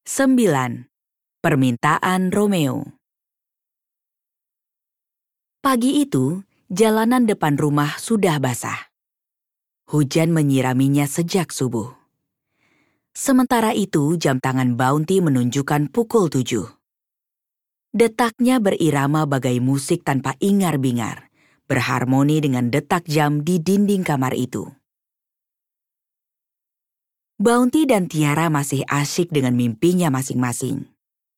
9. Permintaan Romeo. Pagi itu, jalanan depan rumah sudah basah. Hujan menyiraminya sejak subuh. Sementara itu, jam tangan Bounty menunjukkan pukul 7. Detaknya berirama bagai musik tanpa ingar-bingar, berharmoni dengan detak jam di dinding kamar itu. Bounty dan Tiara masih asyik dengan mimpinya masing-masing.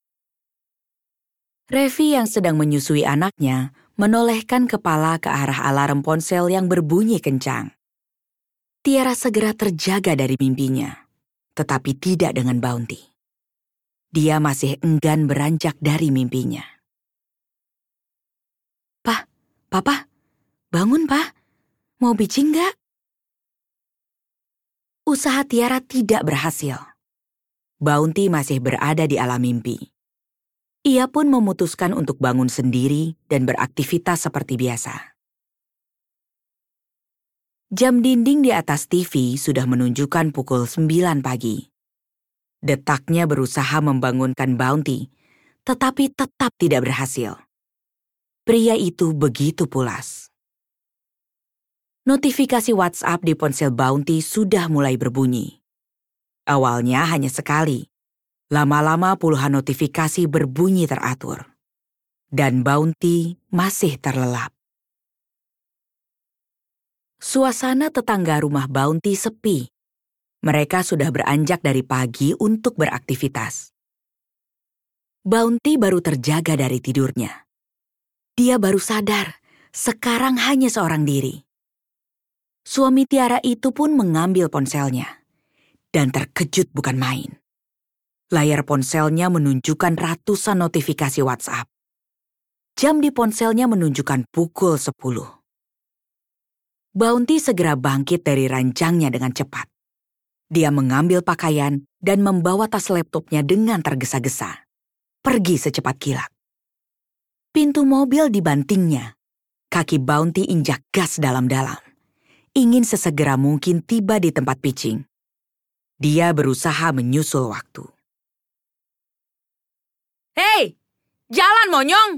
Revi yang sedang menyusui anaknya menolehkan kepala ke arah alarm ponsel yang berbunyi kencang. Tiara segera terjaga dari mimpinya, tetapi tidak dengan Bounty. Dia masih enggan beranjak dari mimpinya. Papa, bangun, Pa. Mau pitching nggak? Usaha Tiara tidak berhasil. Bounty masih berada di alam mimpi. Ia pun memutuskan untuk bangun sendiri dan beraktivitas seperti biasa. Jam dinding di atas TV sudah menunjukkan pukul 9 pagi. Detaknya berusaha membangunkan Bounty, tetapi tetap tidak berhasil. Pria itu begitu pulas. Notifikasi WhatsApp di ponsel Bounty sudah mulai berbunyi. Awalnya hanya sekali. Lama-lama puluhan notifikasi berbunyi teratur. Dan Bounty masih terlelap. Suasana tetangga rumah Bounty sepi. Mereka sudah beranjak dari pagi untuk beraktivitas. Bounty baru terjaga dari tidurnya. Dia baru sadar, sekarang hanya seorang diri. Suami Tiara itu pun mengambil ponselnya. Dan terkejut bukan main. Layar ponselnya menunjukkan ratusan notifikasi WhatsApp. Jam di ponselnya menunjukkan pukul 10. Bounty segera bangkit dari ranjangnya dengan cepat. Dia mengambil pakaian dan membawa tas laptopnya dengan tergesa-gesa. Pergi secepat kilat. Pintu mobil dibantingnya. Kaki Bounty injak gas dalam-dalam. Ingin sesegera mungkin tiba di tempat pitching. Dia berusaha menyusul waktu. Hei, jalan monyong!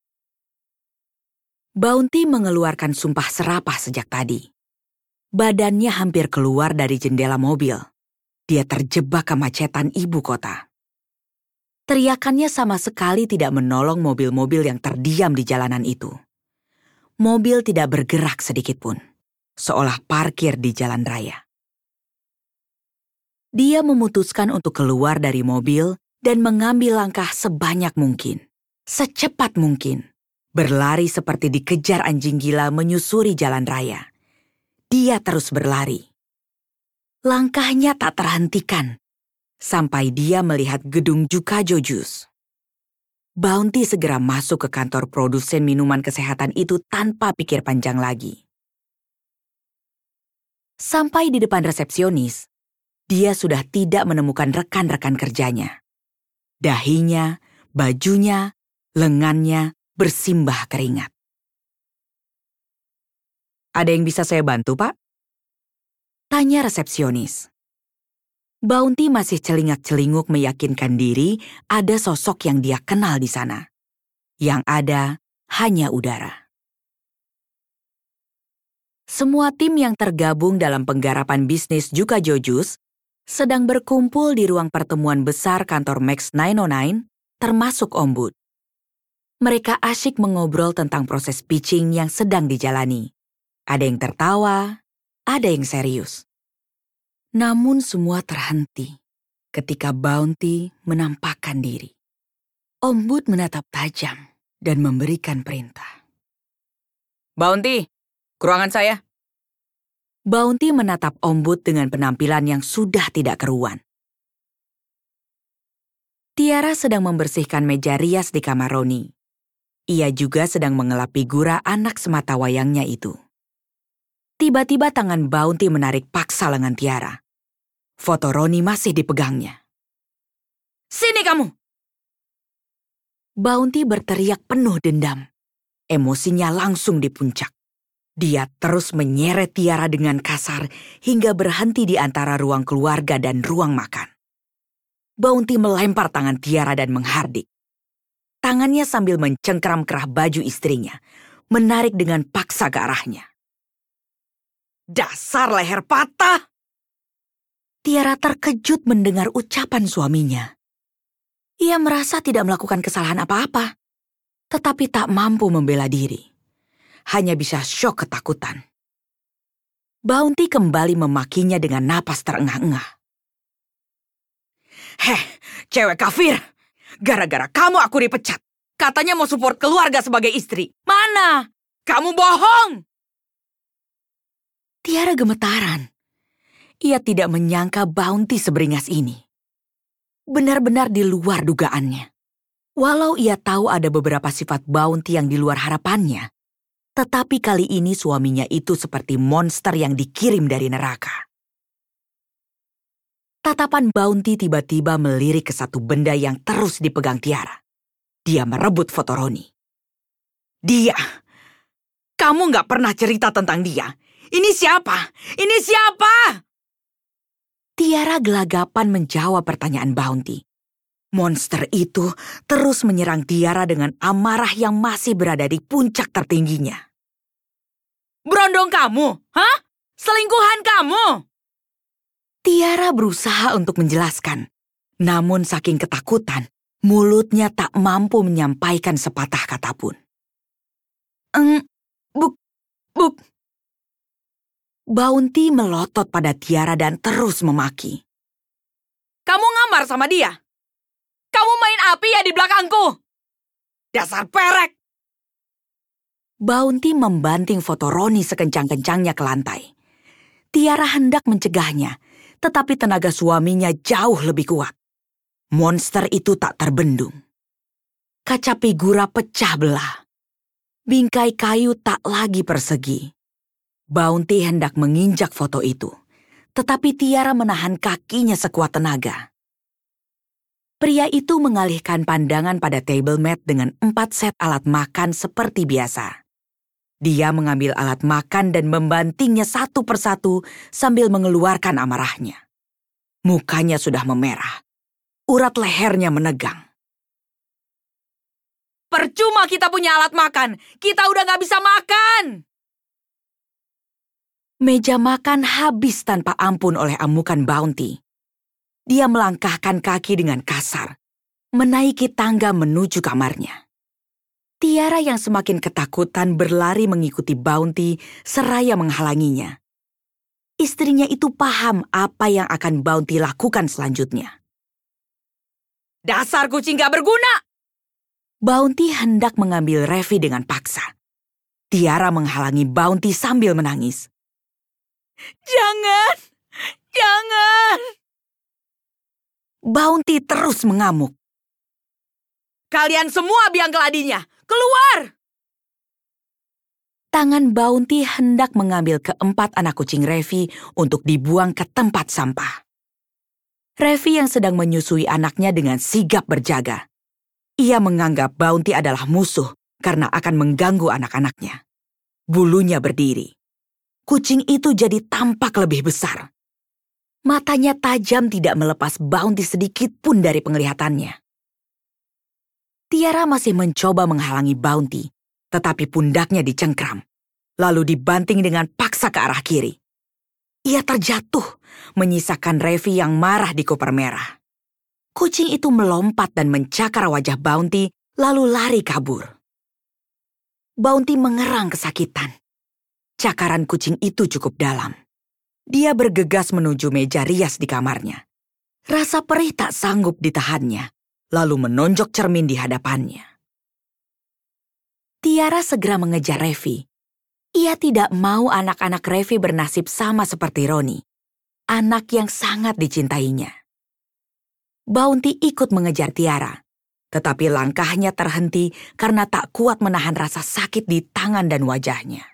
Bounty mengeluarkan sumpah serapah sejak tadi. Badannya hampir keluar dari jendela mobil. Dia terjebak kemacetan ibu kota. Teriakannya sama sekali tidak menolong mobil-mobil yang terdiam di jalanan itu. Mobil tidak bergerak sedikitpun. Seolah parkir di jalan raya. Dia memutuskan untuk keluar dari mobil dan mengambil langkah sebanyak mungkin, secepat mungkin, berlari seperti dikejar anjing gila menyusuri jalan raya. Dia terus berlari. Langkahnya tak terhentikan, sampai dia melihat gedung Jukajo Juice. Bounty segera masuk ke kantor produsen minuman kesehatan itu tanpa pikir panjang lagi. Sampai di depan resepsionis, dia sudah tidak menemukan rekan-rekan kerjanya. Dahinya, bajunya, lengannya bersimbah keringat. Ada yang bisa saya bantu, Pak? Tanya resepsionis. Bounty masih celingak-celinguk meyakinkan diri ada sosok yang dia kenal di sana. Yang ada hanya udara. Semua tim yang tergabung dalam penggarapan bisnis Jukajo Juice sedang berkumpul di ruang pertemuan besar kantor Max 909, termasuk Om Bud. Mereka asyik mengobrol tentang proses pitching yang sedang dijalani. Ada yang tertawa, ada yang serius. Namun semua terhenti ketika Bounty menampakkan diri. Om Bud menatap tajam dan memberikan perintah. Bounty, ke ruangan saya. Bounty menatap Om Bud dengan penampilan yang sudah tidak keruan. Tiara sedang membersihkan meja rias di kamar Roni. Ia juga sedang mengelap figura anak semata wayangnya itu. Tiba-tiba tangan Bounty menarik paksa lengan Tiara. Foto Roni masih dipegangnya. Sini kamu! Bounty berteriak penuh dendam. Emosinya langsung di puncak. Dia terus menyeret Tiara dengan kasar hingga berhenti di antara ruang keluarga dan ruang makan. Bounty melempar tangan Tiara dan menghardik. Tangannya sambil mencengkram kerah baju istrinya, menarik dengan paksa ke arahnya. Dasar leher patah! Tiara terkejut mendengar ucapan suaminya. Ia merasa tidak melakukan kesalahan apa-apa, tetapi tak mampu membela diri. Hanya bisa syok ketakutan. Bounty kembali memakinya dengan napas terengah-engah. Cewek kafir! Gara-gara kamu aku dipecat. Katanya mau support keluarga sebagai istri. Mana? Kamu bohong! Tiara gemetaran. Ia tidak menyangka Bounty seberingas ini. Benar-benar di luar dugaannya. Walau ia tahu ada beberapa sifat Bounty yang di luar harapannya, tetapi kali ini suaminya itu seperti monster yang dikirim dari neraka. Tatapan Bounty tiba-tiba melirik ke satu benda yang terus dipegang Tiara. Dia merebut foto Roni. Dia! Kamu gak pernah cerita tentang dia. Ini siapa? Ini siapa? Tiara gelagapan menjawab pertanyaan Bounty. Monster itu terus menyerang Tiara dengan amarah yang masih berada di puncak tertingginya. Berondong kamu? Hah? Selingkuhan kamu? Tiara berusaha untuk menjelaskan. Namun saking ketakutan, mulutnya tak mampu menyampaikan sepatah kata pun. Buk. Bounty melotot pada Tiara dan terus memaki. Kamu ngamar sama dia? Kamu main api ya di belakangku? Dasar perek! Bounty membanting foto Roni sekencang-kencangnya ke lantai. Tiara hendak mencegahnya, tetapi tenaga suaminya jauh lebih kuat. Monster itu tak terbendung. Kaca figura pecah belah. Bingkai kayu tak lagi persegi. Bounty hendak menginjak foto itu, tetapi Tiara menahan kakinya sekuat tenaga. Pria itu mengalihkan pandangan pada table mat dengan 4 set alat makan seperti biasa. Dia mengambil alat makan dan membantingnya satu persatu sambil mengeluarkan amarahnya. Mukanya sudah memerah. Urat lehernya menegang. Percuma kita punya alat makan. Kita udah gak bisa makan. Meja makan habis tanpa ampun oleh amukan Bounty. Dia melangkahkan kaki dengan kasar, menaiki tangga menuju kamarnya. Tiara yang semakin ketakutan berlari mengikuti Bounty seraya menghalanginya. Istrinya itu paham apa yang akan Bounty lakukan selanjutnya. Dasar kucing gak berguna! Bounty hendak mengambil Revi dengan paksa. Tiara menghalangi Bounty sambil menangis. Jangan! Jangan! Bounty terus mengamuk. Kalian semua biang keladinya! Keluar! Tangan Bounty hendak mengambil keempat anak kucing Revi untuk dibuang ke tempat sampah. Revi yang sedang menyusui anaknya dengan sigap berjaga. Ia menganggap Bounty adalah musuh karena akan mengganggu anak-anaknya. Bulunya berdiri. Kucing itu jadi tampak lebih besar. Matanya tajam tidak melepas Bounty sedikit pun dari penglihatannya. Tiara masih mencoba menghalangi Bounty, tetapi pundaknya dicengkram, lalu dibanting dengan paksa ke arah kiri. Ia terjatuh, menyisakan Revi yang marah di koper merah. Kucing itu melompat dan mencakar wajah Bounty, lalu lari kabur. Bounty mengerang kesakitan. Cakaran kucing itu cukup dalam. Dia bergegas menuju meja rias di kamarnya. Rasa perih tak sanggup ditahannya. Lalu menonjok cermin di hadapannya. Tiara segera mengejar Revi. Ia tidak mau anak-anak Revi bernasib sama seperti Roni, anak yang sangat dicintainya. Bounty ikut mengejar Tiara, tetapi langkahnya terhenti karena tak kuat menahan rasa sakit di tangan dan wajahnya.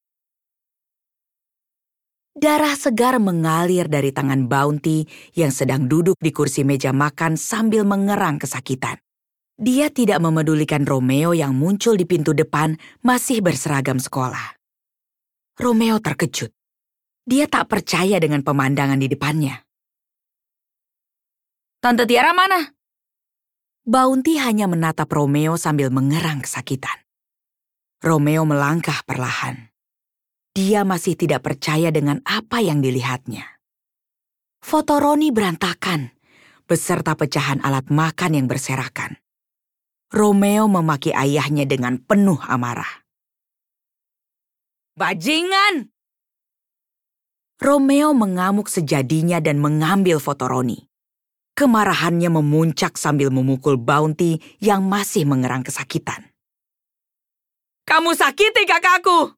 Darah segar mengalir dari tangan Bounty yang sedang duduk di kursi meja makan sambil mengerang kesakitan. Dia tidak memedulikan Romeo yang muncul di pintu depan masih berseragam sekolah. Romeo terkejut. Dia tak percaya dengan pemandangan di depannya. Tante Tiara mana? Bounty hanya menatap Romeo sambil mengerang kesakitan. Romeo melangkah perlahan. Dia masih tidak percaya dengan apa yang dilihatnya. Foto Roni berantakan, beserta pecahan alat makan yang berserakan. Romeo memaki ayahnya dengan penuh amarah. Bajingan! Romeo mengamuk sejadinya dan mengambil foto Roni. Kemarahannya memuncak sambil memukul Bounty yang masih mengerang kesakitan. Kamu sakiti kakakku!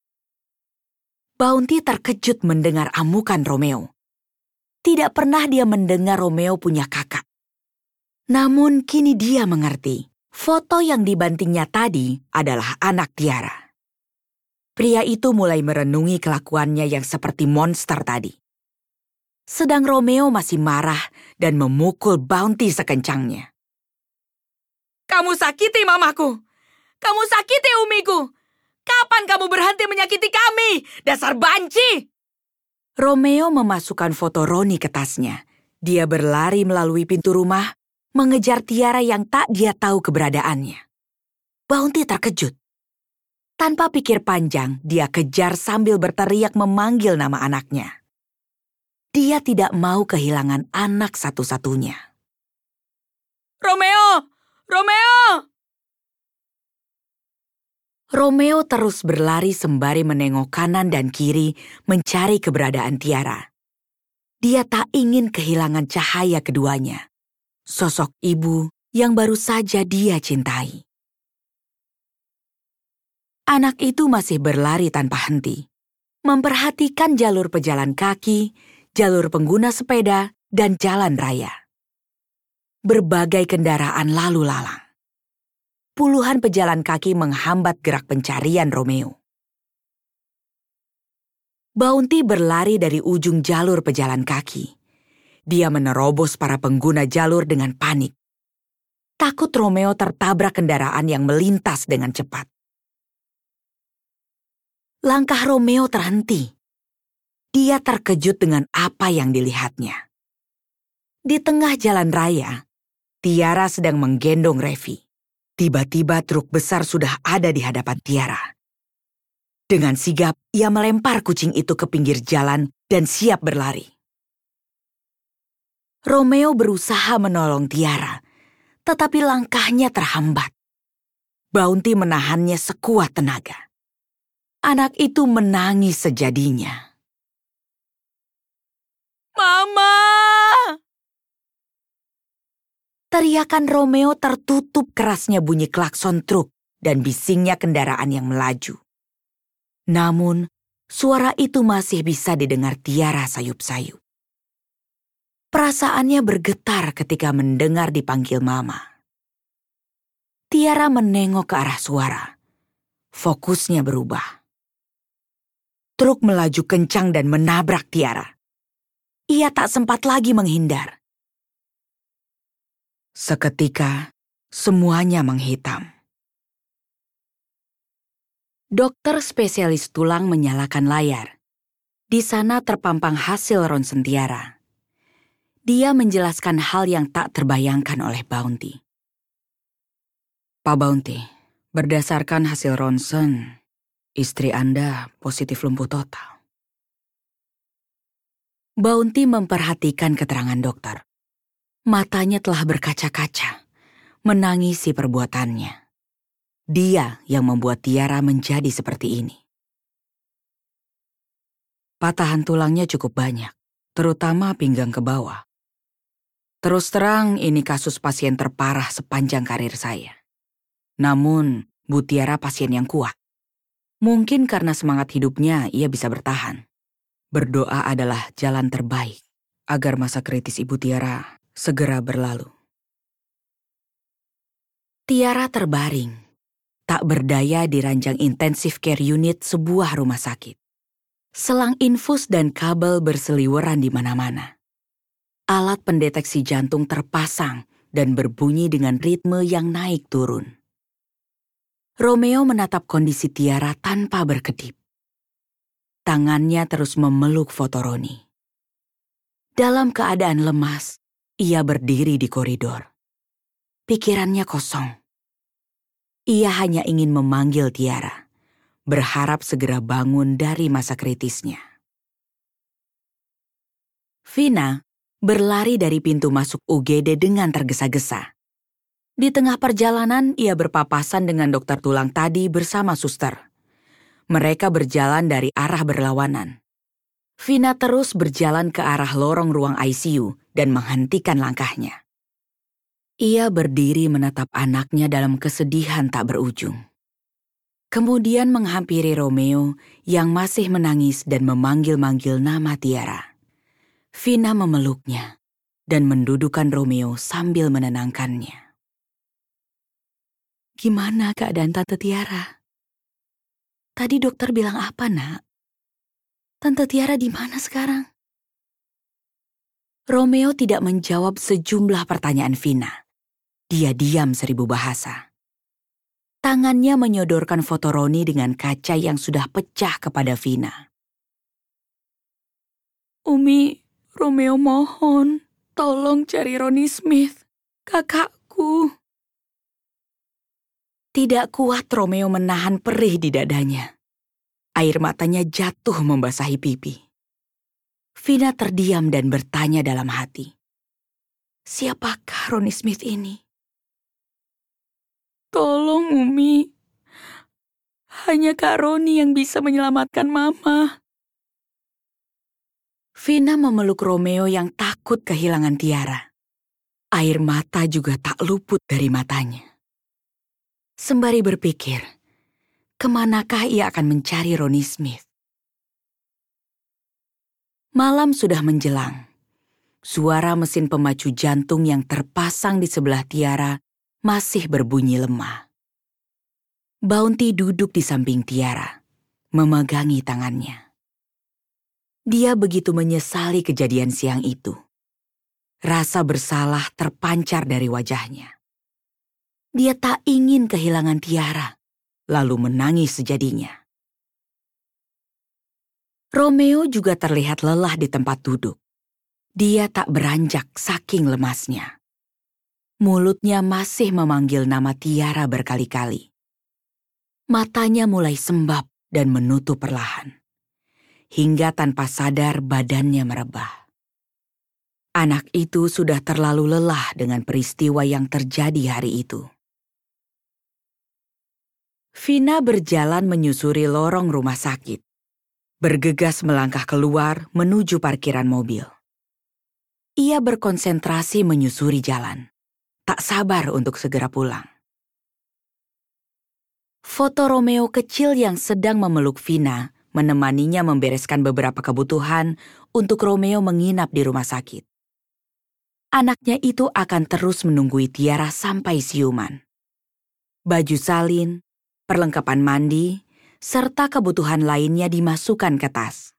Bounty terkejut mendengar amukan Romeo. Tidak pernah dia mendengar Romeo punya kakak. Namun kini dia mengerti, foto yang dibantingnya tadi adalah anak Tiara. Pria itu mulai merenungi kelakuannya yang seperti monster tadi. Sedang Romeo masih marah dan memukul Bounty sekencangnya. Kamu sakiti mamaku! Kamu sakiti umiku! Kapan kamu berhenti menyakiti kami, dasar banci? Romeo memasukkan foto Roni ke tasnya. Dia berlari melalui pintu rumah, mengejar Tiara yang tak dia tahu keberadaannya. Bounty terkejut. Tanpa pikir panjang, dia kejar sambil berteriak memanggil nama anaknya. Dia tidak mau kehilangan anak satu-satunya. Romeo! Romeo! Romeo terus berlari sembari menengok kanan dan kiri mencari keberadaan Tiara. Dia tak ingin kehilangan cahaya keduanya. Sosok ibu yang baru saja dia cintai. Anak itu masih berlari tanpa henti, memperhatikan jalur pejalan kaki, jalur pengguna sepeda, dan jalan raya. Berbagai kendaraan lalu lalang. Puluhan pejalan kaki menghambat gerak pencarian Romeo. Bounty berlari dari ujung jalur pejalan kaki. Dia menerobos para pengguna jalur dengan panik. Takut Romeo tertabrak kendaraan yang melintas dengan cepat. Langkah Romeo terhenti. Dia terkejut dengan apa yang dilihatnya. Di tengah jalan raya, Tiara sedang menggendong Revi. Tiba-tiba truk besar sudah ada di hadapan Tiara. Dengan sigap, ia melempar kucing itu ke pinggir jalan dan siap berlari. Romeo berusaha menolong Tiara, tetapi langkahnya terhambat. Bounty menahannya sekuat tenaga. Anak itu menangis sejadinya. Mama! Teriakan Romeo tertutup kerasnya bunyi klakson truk dan bisingnya kendaraan yang melaju. Namun, suara itu masih bisa didengar Tiara sayup-sayup. Perasaannya bergetar ketika mendengar dipanggil Mama. Tiara menengok ke arah suara. Fokusnya berubah. Truk melaju kencang dan menabrak Tiara. Ia tak sempat lagi menghindar. Seketika, semuanya menghitam. Dokter spesialis tulang menyalakan layar. Di sana terpampang hasil ronsen Tiara. Dia menjelaskan hal yang tak terbayangkan oleh Bounty. Pak Bounty, berdasarkan hasil ronsen, istri Anda positif lumpuh total. Bounty memperhatikan keterangan dokter. Matanya telah berkaca-kaca, menangisi perbuatannya. Dia yang membuat Tiara menjadi seperti ini. Patahan tulangnya cukup banyak, terutama pinggang ke bawah. Terus terang, ini kasus pasien terparah sepanjang karir saya. Namun, Bu Tiara pasien yang kuat. Mungkin karena semangat hidupnya, ia bisa bertahan. Berdoa adalah jalan terbaik agar masa kritis Ibu Tiara segera berlalu. Tiara terbaring, tak berdaya di ranjang intensive care unit sebuah rumah sakit. Selang infus dan kabel berseliweran di mana-mana. Alat pendeteksi jantung terpasang dan berbunyi dengan ritme yang naik turun. Romeo menatap kondisi Tiara tanpa berkedip. Tangannya terus memeluk foto Roni. Dalam keadaan lemas, Ia berdiri di koridor. Pikirannya kosong. Ia hanya ingin memanggil Tiara, berharap segera bangun dari masa kritisnya. Vina berlari dari pintu masuk UGD dengan tergesa-gesa. Di tengah perjalanan, ia berpapasan dengan dokter tulang tadi bersama suster. Mereka berjalan dari arah berlawanan. Vina terus berjalan ke arah lorong ruang ICU dan menghentikan langkahnya. Ia berdiri menatap anaknya dalam kesedihan tak berujung. Kemudian menghampiri Romeo yang masih menangis dan memanggil-manggil nama Tiara. Vina memeluknya dan mendudukkan Romeo sambil menenangkannya. "Gimana keadaan Tante Tiara? Tadi dokter bilang apa, Nak? Tante Tiara di mana sekarang?" Romeo tidak menjawab sejumlah pertanyaan Vina. Dia diam 1000 bahasa. Tangannya menyodorkan foto Roni dengan kaca yang sudah pecah kepada Vina. "Umi, Romeo mohon, tolong cari Roni Smith, kakakku." Tidak kuat Romeo menahan perih di dadanya. Air matanya jatuh membasahi pipi. Vina terdiam dan bertanya dalam hati, "Siapakah Roni Smith ini?" "Tolong, Umi. Hanya Kak Roni yang bisa menyelamatkan Mama." Vina memeluk Romeo yang takut kehilangan Tiara. Air mata juga tak luput dari matanya. Sembari berpikir, kemanakah ia akan mencari Roni Smith? Malam sudah menjelang. Suara mesin pemacu jantung yang terpasang di sebelah Tiara masih berbunyi lemah. Bounty duduk di samping Tiara, memegangi tangannya. Dia begitu menyesali kejadian siang itu. Rasa bersalah terpancar dari wajahnya. Dia tak ingin kehilangan Tiara, lalu menangis sejadinya. Romeo juga terlihat lelah di tempat duduk. Dia tak beranjak saking lemasnya. Mulutnya masih memanggil nama Tiara berkali-kali. Matanya mulai sembab dan menutup perlahan. Hingga tanpa sadar badannya merebah. Anak itu sudah terlalu lelah dengan peristiwa yang terjadi hari itu. Vina berjalan menyusuri lorong rumah sakit. Bergegas melangkah keluar menuju parkiran mobil. Ia berkonsentrasi menyusuri jalan. Tak sabar untuk segera pulang. Foto Romeo kecil yang sedang memeluk Vina menemaninya membereskan beberapa kebutuhan untuk Romeo menginap di rumah sakit. Anaknya itu akan terus menunggui Tiara sampai siuman. Baju salin, perlengkapan mandi, serta kebutuhan lainnya dimasukkan ke tas.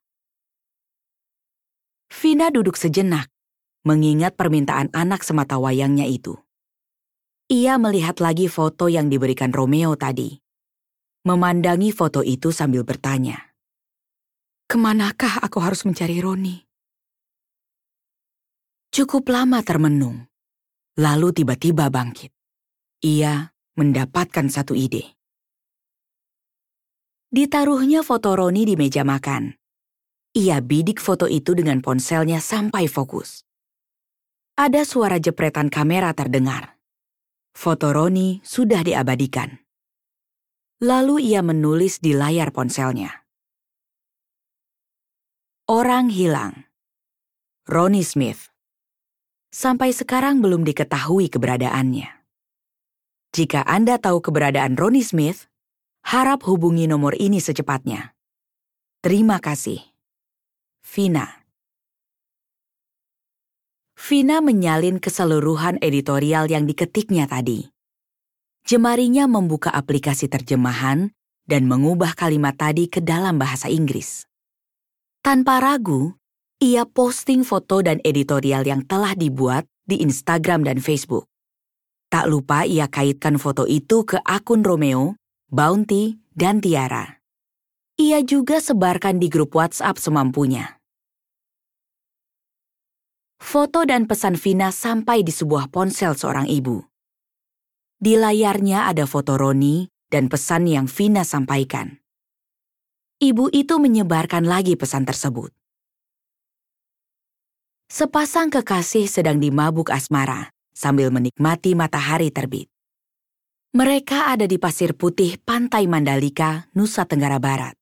Vina duduk sejenak, mengingat permintaan anak sematawayangnya itu. Ia melihat lagi foto yang diberikan Romeo tadi. Memandangi foto itu sambil bertanya, "Kemanakah aku harus mencari Roni?" Cukup lama termenung, lalu tiba-tiba bangkit. Ia mendapatkan satu ide. Ditaruhnya foto Roni di meja makan. Ia bidik foto itu dengan ponselnya sampai fokus. Ada suara jepretan kamera terdengar. Foto Roni sudah diabadikan. Lalu ia menulis di layar ponselnya. Orang hilang. Roni Smith. Sampai sekarang belum diketahui keberadaannya. Jika Anda tahu keberadaan Roni Smith, harap hubungi nomor ini secepatnya. Terima kasih. Vina. Vina menyalin keseluruhan editorial yang diketiknya tadi. Jemarinya membuka aplikasi terjemahan dan mengubah kalimat tadi ke dalam bahasa Inggris. Tanpa ragu, ia posting foto dan editorial yang telah dibuat di Instagram dan Facebook. Tak lupa ia kaitkan foto itu ke akun Romeo, Bounty, dan Tiara. Ia juga sebarkan di grup WhatsApp semampunya. Foto dan pesan Vina sampai di sebuah ponsel seorang ibu. Di layarnya ada foto Roni dan pesan yang Vina sampaikan. Ibu itu menyebarkan lagi pesan tersebut. Sepasang kekasih sedang dimabuk asmara sambil menikmati matahari terbit. Mereka ada di pasir putih pantai Mandalika, Nusa Tenggara Barat.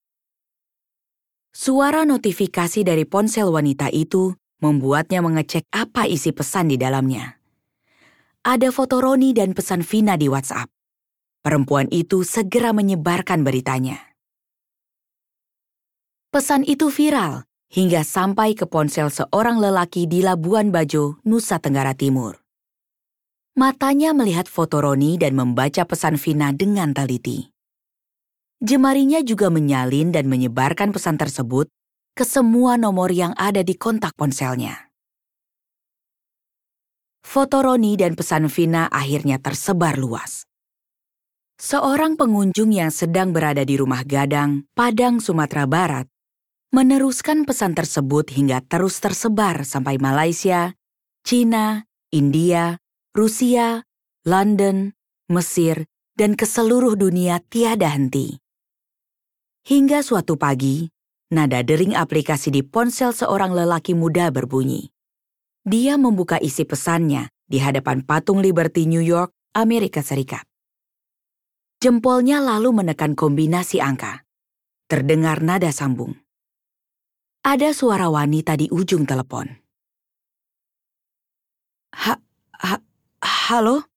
Suara notifikasi dari ponsel wanita itu membuatnya mengecek apa isi pesan di dalamnya. Ada foto Roni dan pesan Vina di WhatsApp. Perempuan itu segera menyebarkan beritanya. Pesan itu viral hingga sampai ke ponsel seorang lelaki di Labuan Bajo, Nusa Tenggara Timur. Matanya melihat foto Roni dan membaca pesan Vina dengan teliti. Jemarinya juga menyalin dan menyebarkan pesan tersebut ke semua nomor yang ada di kontak ponselnya. Foto Roni dan pesan Vina akhirnya tersebar luas. Seorang pengunjung yang sedang berada di Rumah Gadang, Padang, Sumatera Barat, meneruskan pesan tersebut hingga terus tersebar sampai Malaysia, China, India, Rusia, London, Mesir, dan ke seluruh dunia tiada henti. Hingga suatu pagi, nada dering aplikasi di ponsel seorang lelaki muda berbunyi. Dia membuka isi pesannya di hadapan patung Liberty, New York, Amerika Serikat. Jempolnya lalu menekan kombinasi angka. Terdengar nada sambung. Ada suara wanita di ujung telepon. Halo?